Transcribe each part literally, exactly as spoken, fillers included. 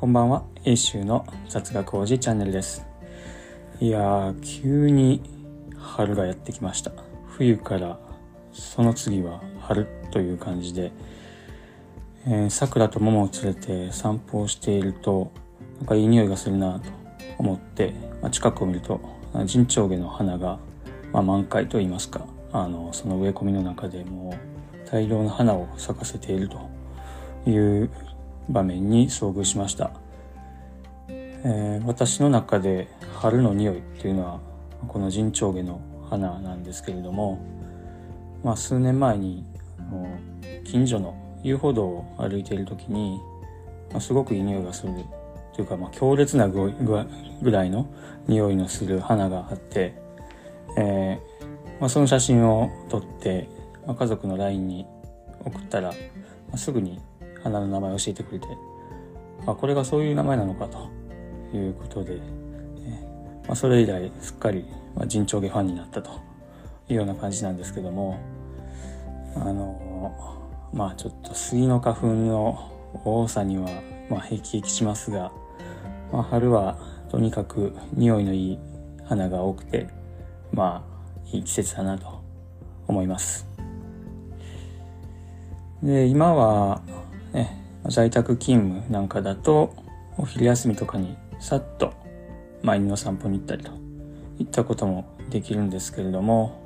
こんばんは。英州の雑学王子チャンネルです。いやー、急に春がやってきました。冬からその次は春という感じで、えー、桜と桃を連れて散歩をしていると、なんかいい匂いがするなと思って、まあ、近くを見ると陣長下の花が、まあ、満開といいますか、あのその植え込みの中でもう大量の花を咲かせているという場面に遭遇しました。えー、私の中で春の匂いっていうのはこの陣長下の花なんですけれども、まあ、数年前に近所の遊歩道を歩いている時に、まあ、すごくいい匂いがするというか、まあ、強烈なぐらいの匂いのする花があって、えーまあ、その写真を撮って、まあ、家族の ライン に送ったら、まあ、すぐに花の名前を教えてくれて、あ、これがそういう名前なのかということで、えーまあ、それ以来すっかり陣長下ファンになったというような感じなんですけども、あのまあちょっと杉の花粉の多さにはまあ辟易しますが、まあ、春はとにかく匂いのいい花が多くて、まあいい季節だなと思います。で、今はね、在宅勤務なんかだとお昼休みとかにさっと、まあ、犬の散歩に行ったりといったこともできるんですけれども、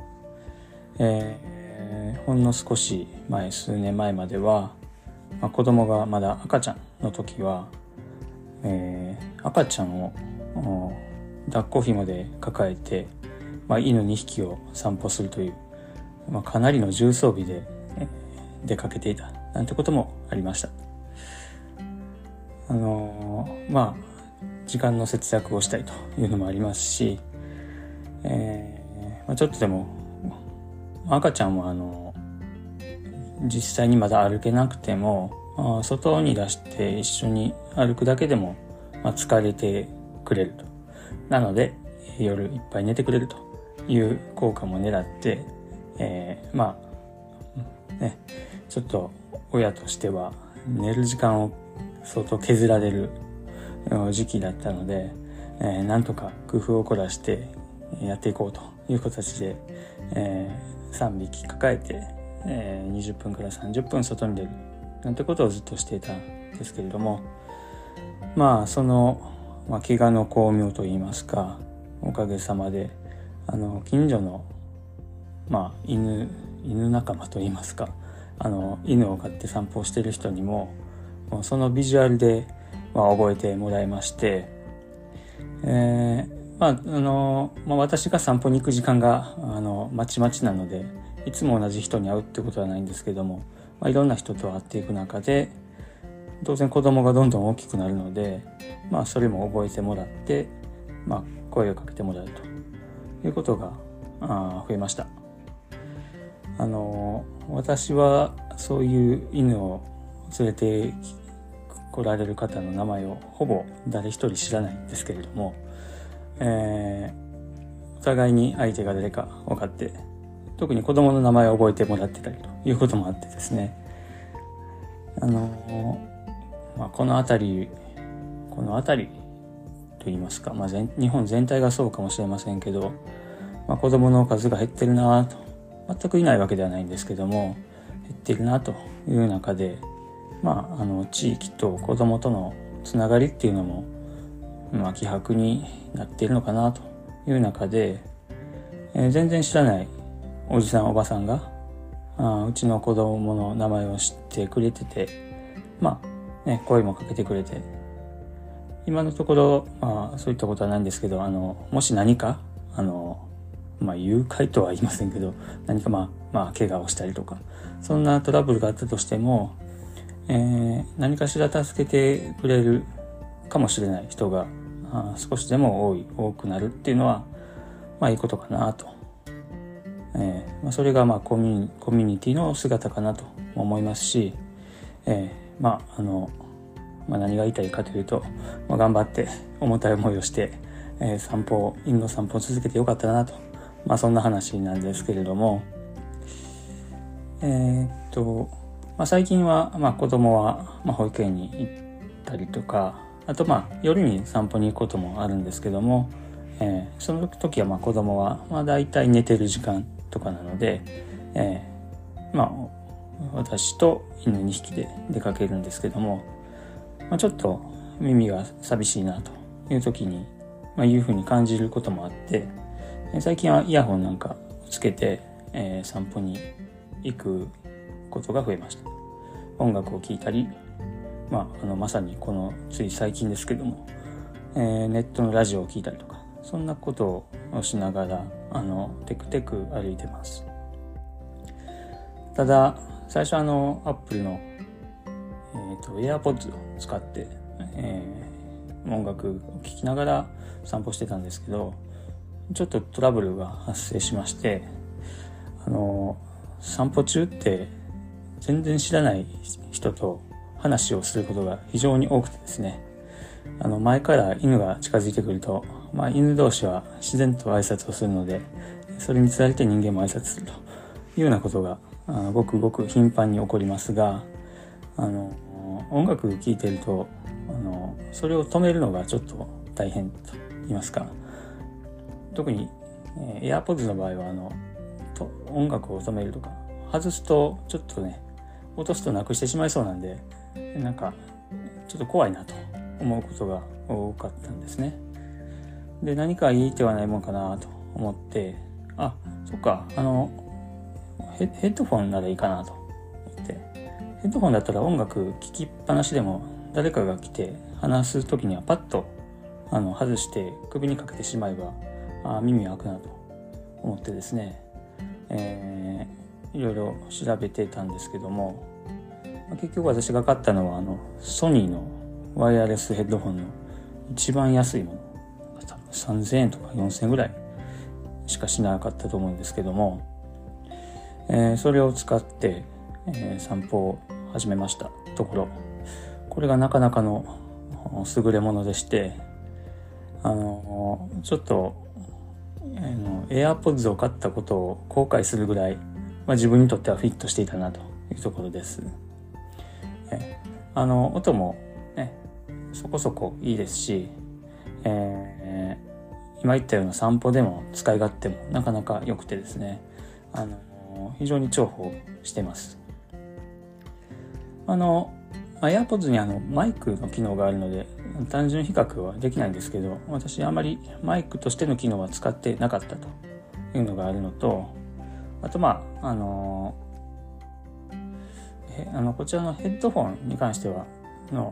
えー、ほんの少し前、数年前までは、まあ、子供がまだ赤ちゃんの時は、えー、赤ちゃんを抱っこ紐で抱えて、まあ、犬にひきを散歩するという、まあ、かなりの重装備で、えー、出かけていたなんてこともありました。あのー、まあ時間の節約をしたいというのもありますし、えーまあ、ちょっとでも赤ちゃんはあの実際にまだ歩けなくても、まあ、外に出して一緒に歩くだけでも、まあ、疲れてくれると。なので夜いっぱい寝てくれるという効果も狙って、えー、まあね、ちょっと親としては寝る時間を相当削られる時期だったので、えー、なんとか工夫を凝らしてやっていこうという形で、えー、さんびき抱えて、えー、にじゅっぷんからさんじゅっぷん外に出るなんてことをずっとしていたんですけれども、まあその、まあ、怪我の巧妙といいますか、おかげさまであの近所の、まあ、犬犬仲間といいますか、あの犬を飼って散歩をしている人にもそのビジュアルでまあ、覚えてもらいまして、えーまああのまあ、私が散歩に行く時間があのまちまちなのでいつも同じ人に会うってことはないんですけども、まあ、いろんな人と会っていく中で当然子供がどんどん大きくなるので、まあ、それも覚えてもらって、まあ、声をかけてもらうということがあ増えました。あの私はそういう犬を連れて来られる方の名前をほぼ誰一人知らないんですけれども、えー、お互いに相手が誰か分かって、特に子供の名前を覚えてもらってたりということもあってですね、あのーまあ、この辺りこの辺りと言いますか、まあ、全日本全体がそうかもしれませんけど、まあ、子供の数が減ってるなと、全くいないわけではないんですけども減ってるなという中で、まあ、あの地域と子どもとのつながりっていうのも、まあ、希薄になっているのかなという中で、えー、全然知らないおじさんおばさんがあうちの子どもの名前を知ってくれてて、まあね、声もかけてくれて、今のところ、まあ、そういったことはないんですけど、あのもし何かあの、まあ、誘拐とは言いませんけど、何かまあ、まあ、怪我をしたりとかそんなトラブルがあったとしても、えー、何かしら助けてくれるかもしれない人があ少しでも多い多くなるっていうのはまあいいことかなと、えーまあ、それがまあコミュニ、コミュニティの姿かなと思いますし、えー、まああの、まあ、何が言いたいかというと、まあ、頑張って重たい思いをして、えー、散歩犬の散歩を続けてよかったなと、まあそんな話なんですけれども、えー、っとまあ、最近は、まあ、子供は、まあ、保育園に行ったりとか、 あとまあ夜に散歩に行くこともあるんですけども、えー、その時はまあ子供はまあ大体寝てる時間とかなので、えー、まあ私と犬にひきで出かけるんですけども、まあ、ちょっと耳が寂しいなという時に、まあ、いうふうに感じることもあって、最近はイヤホンなんかつけて、えー、散歩に行くことが増えました。音楽を聴いたり、まあ、あのまさにこのつい最近ですけども、えー、ネットのラジオを聴いたりとか、そんなことをしながらあのテクテク歩いてます。ただ最初あのアップルの、えー、と AirPods を使って、えー、音楽を聴きながら散歩してたんですけど、ちょっとトラブルが発生しまして、あの散歩中って全然知らない人と話をすることが非常に多くてですね、あの前から犬が近づいてくると、まあ、犬同士は自然と挨拶をするので、それにつられて人間も挨拶するというようなことがあのごくごく頻繁に起こりますが、あの音楽聴いてるとあのそれを止めるのがちょっと大変と言いますか、特に、えー、AirPods の場合はあのと音楽を止めるとか外すとちょっとね落とすとなくしてしまいそうなんで、なんかちょっと怖いなと思うことが多かったんですね。で、何かいい手はないもんかなと思って、あ、そっか、あのヘヘッドフォンならいいかなと思って、ヘッドフォンだったら音楽聴きっぱなしでも誰かが来て話す時にはパッとあの外して首にかけてしまえばあ耳が開くなと思ってですね、えー、いろいろ調べてたんですけども、結局私が買ったのはあのソニーのワイヤレスヘッドホンの一番安いもの、さんぜんえんとかよんせんえんぐらいしかしなかったと思うんですけども、えー、それを使って、えー、散歩を始めましたところ、これがなかなかの優れものでして、あのちょっとあの AirPods を買ったことを後悔するぐらい、まあ、自分にとってはフィットしていたなというところです。えあの音も、ね、そこそこいいですし、えー、今言ったような散歩でも使い勝手もなかなか良くてですね、あの非常に重宝しています。あの AirPods にあのマイクの機能があるので単純比較はできないんですけど、私あまりマイクとしての機能は使ってなかったというのがあるのと、あとまああのえあのこちらのヘッドフォンに関してはの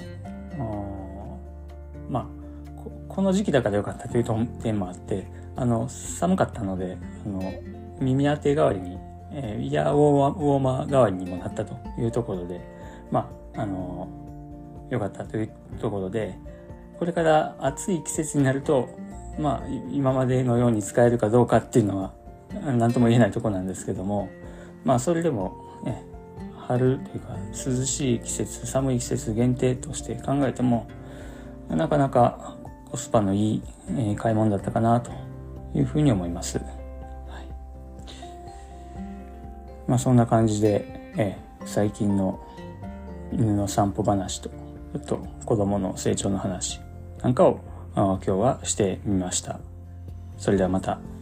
まあ こ, この時期だから良かったという点もあって、あの寒かったのであの耳当て代わりに、えー、イヤーウォーマー代わりにもなったというところで、まああの良かったというところで、これから暑い季節になると、まあ今までのように使えるかどうかっていうのは何とも言えないところなんですけども、まあそれでも、ね、春というか涼しい季節、寒い季節限定として考えてもなかなかコスパのいい、えー、買い物だったかなというふうに思います。はい、まあそんな感じで、えー、最近の犬の散歩話とちょっと子供の成長の話なんかを今日はしてみました。それではまた。